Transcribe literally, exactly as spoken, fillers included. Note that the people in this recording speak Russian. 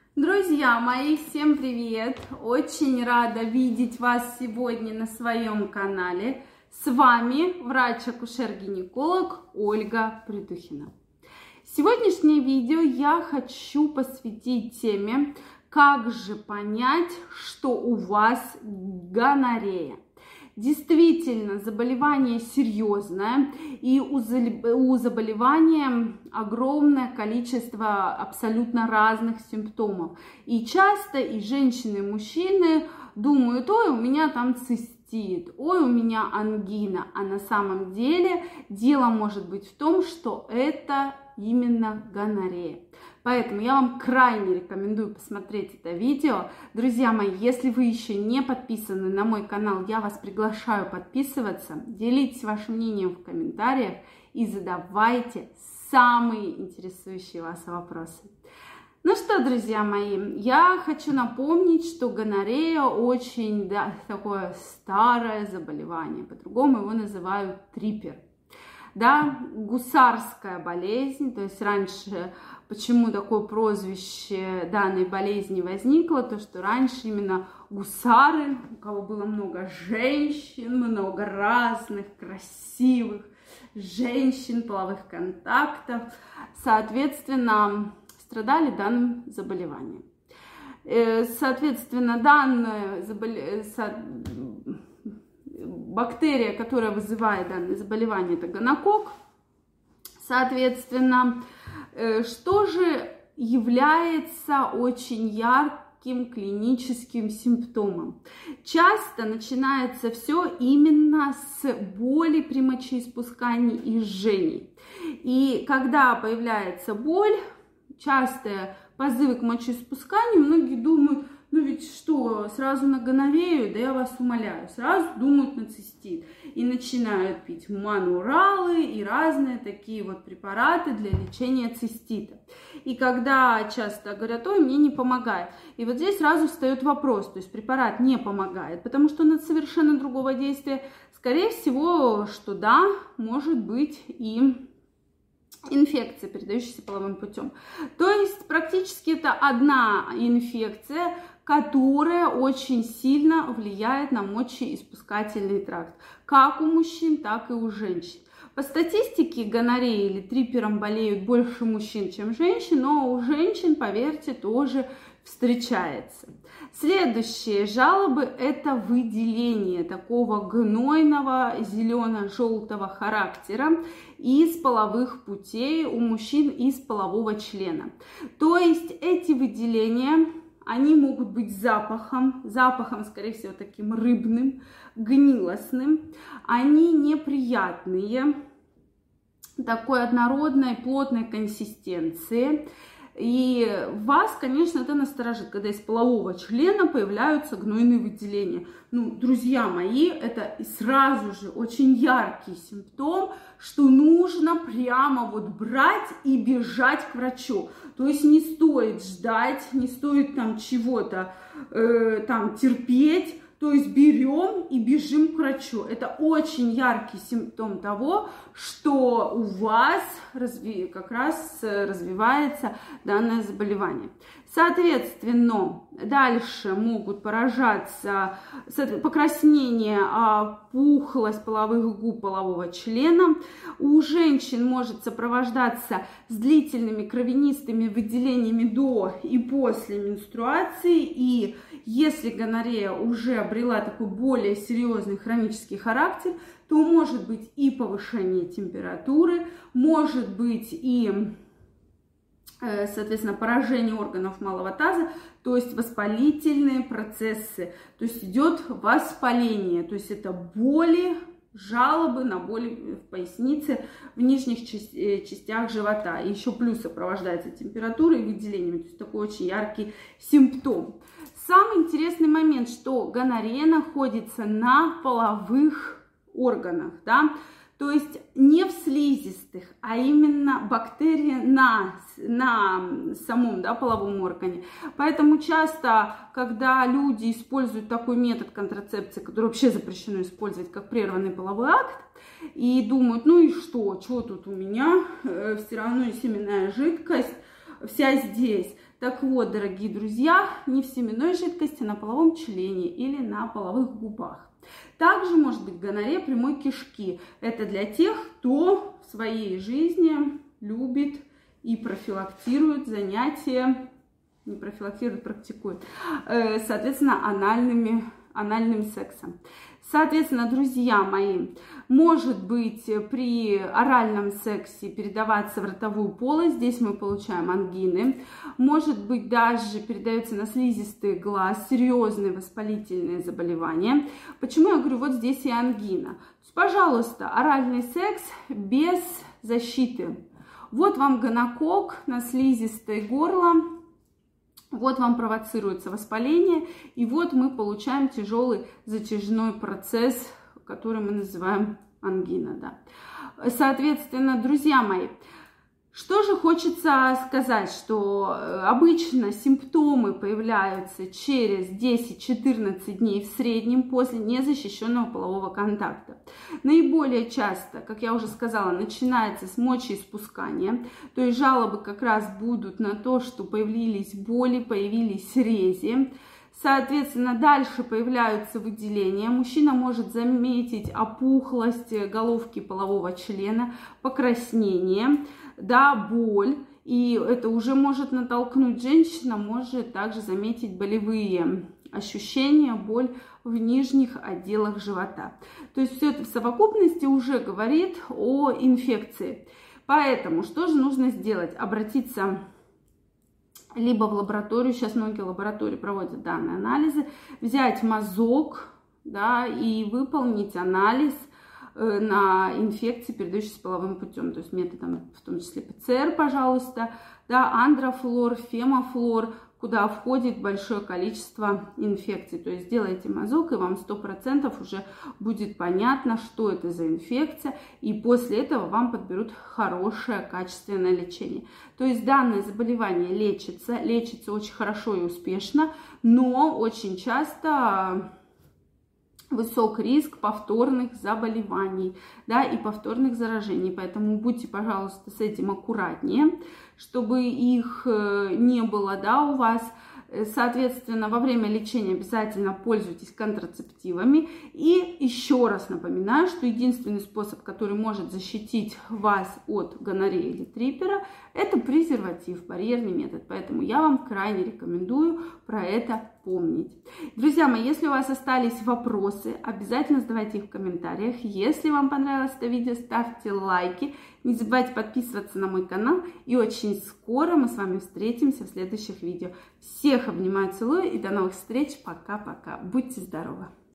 Друзья мои, всем привет! Очень рада видеть вас сегодня на своем канале. С вами врач-акушер-гинеколог Ольга Придухина. Сегодняшнее видео я хочу посвятить теме, как же понять, что у вас гонорея. Действительно, заболевание серьезное, и у заболевания огромное количество абсолютно разных симптомов. И часто и женщины, и мужчины думают: ой, у меня там цистит, ой, у меня ангина. А на самом деле дело может быть в том, что это именно гонорея. Поэтому я вам крайне рекомендую посмотреть это видео. Друзья мои, если вы еще не подписаны на мой канал, я вас приглашаю подписываться. Делитесь вашим мнением в комментариях и задавайте самые интересующие вас вопросы. Ну что, друзья мои, я хочу напомнить, что гонорея очень да, такое старое заболевание. По-другому его называют трипер. Да, гусарская болезнь, то есть раньше, почему такое прозвище данной болезни возникло, то что раньше именно гусары, у кого было много женщин, много разных красивых женщин, половых контактов, соответственно, страдали данным заболеванием. Соответственно, данное заболевание... Бактерия, которая вызывает данное заболевание, это гонокок. Соответственно, что же является очень ярким клиническим симптомом? Часто начинается все именно с боли при мочеиспускании и жжении. И когда появляется боль, частые позывы к мочеиспусканию, многие думают: ну ведь что, сразу на гонорею? Да я вас умоляю. Сразу думают на цистит. И начинают пить мануралы и разные такие вот препараты для лечения цистита. И когда часто говорят: ой, мне не помогает. И вот здесь сразу встает вопрос. То есть препарат не помогает, потому что он от совершенно другого действия. Скорее всего, что да, может быть и инфекция, передающаяся половым путем. То есть практически это одна инфекция, которая очень сильно влияет на мочеиспускательный тракт, как у мужчин, так и у женщин. По статистике гонореей или трипером болеют больше мужчин, чем женщин, но у женщин, поверьте, тоже встречается. Следующие жалобы – это выделение такого гнойного зелено-желтого характера из половых путей у мужчин из полового члена. То есть эти выделения, они могут быть запахом, запахом, скорее всего, таким рыбным, гнилостным. Они неприятные, такой однородной, плотной консистенции. И вас, конечно, это насторожит, когда из полового члена появляются гнойные выделения. Ну, друзья мои, это сразу же очень яркий симптом, что нужно прямо вот брать и бежать к врачу. То есть не стоит ждать, не стоит там чего-то э, там терпеть. То есть берем и бежим к врачу. Это очень яркий симптом того, что у вас разви... как раз развивается данное заболевание. Соответственно, дальше могут поражаться покраснение, пухлость половых губ, полового члена. У женщин может сопровождаться с длительными кровянистыми выделениями до и после менструации. И если гонорея уже обрела такой более серьезный хронический характер, то может быть и повышение температуры, может быть и, соответственно, поражение органов малого таза, то есть воспалительные процессы, то есть идет воспаление, то есть это боли, жалобы на боли в пояснице, в нижних частях живота. И еще плюс сопровождается температурой и выделениями, то есть такой очень яркий симптом. Самый интересный момент, что гонорея находится на половых органах, да, то есть не в слизистых, а именно бактерии на, на самом, да, половом органе. Поэтому часто, когда люди используют такой метод контрацепции, который вообще запрещено использовать как прерванный половой акт, и думают: ну и что, что тут у меня, все равно семенная жидкость вся здесь. Так вот, дорогие друзья, не в семенной жидкости, а на половом члене или на половых губах. Также может быть гонорея прямой кишки. Это для тех, кто в своей жизни любит и профилактирует занятия, не профилактирует, практикует, соответственно, анальными, анальным сексом. Соответственно, друзья мои, может быть при оральном сексе передаваться в ротовую полость, здесь мы получаем ангины, может быть даже передается на слизистый глаз, серьезные воспалительные заболевания. Почему я говорю, вот здесь и ангина? То есть, пожалуйста, оральный секс без защиты. Вот вам гонокок на слизистой горло. Вот вам провоцируется воспаление, и вот мы получаем тяжелый затяжной процесс, который мы называем ангина. Да. Соответственно, друзья мои, что же хочется сказать, что обычно симптомы появляются через десять-четырнадцать дней в среднем после незащищенного полового контакта. Наиболее часто, как я уже сказала, начинается с мочеиспускания, то есть жалобы как раз будут на то, что появились боли, появились рези. Соответственно, дальше появляются выделения. Мужчина может заметить опухлость головки полового члена, покраснение, да, боль. И это уже может натолкнуть женщина, может также заметить болевые ощущения, боль в нижних отделах живота. То есть все это в совокупности уже говорит о инфекции. Поэтому что же нужно сделать? Обратиться либо в лабораторию, сейчас многие лаборатории проводят данные анализы, взять мазок, да, и выполнить анализ на инфекции, передающиеся половым путем, то есть методом, в том числе ПЦР, пожалуйста, да, андрофлор, фемофлор, куда входит большое количество инфекций. То есть сделайте мазок, и вам сто процентов уже будет понятно, что это за инфекция, и после этого вам подберут хорошее качественное лечение. То есть данное заболевание лечится, лечится очень хорошо и успешно, но очень часто высок риск повторных заболеваний, да, и повторных заражений. Поэтому будьте, пожалуйста, с этим аккуратнее, чтобы их не было, да, у вас. Соответственно, во время лечения обязательно пользуйтесь контрацептивами. И еще раз напоминаю, что единственный способ, который может защитить вас от гонореи или трипера, это презерватив, барьерный метод. Поэтому я вам крайне рекомендую про это помнить. Друзья мои, если у вас остались вопросы, обязательно задавайте их в комментариях. Если вам понравилось это видео, ставьте лайки. Не забывайте подписываться на мой канал. И очень скоро мы с вами встретимся в следующих видео. Всех обнимаю, целую и до новых встреч. Пока-пока. Будьте здоровы!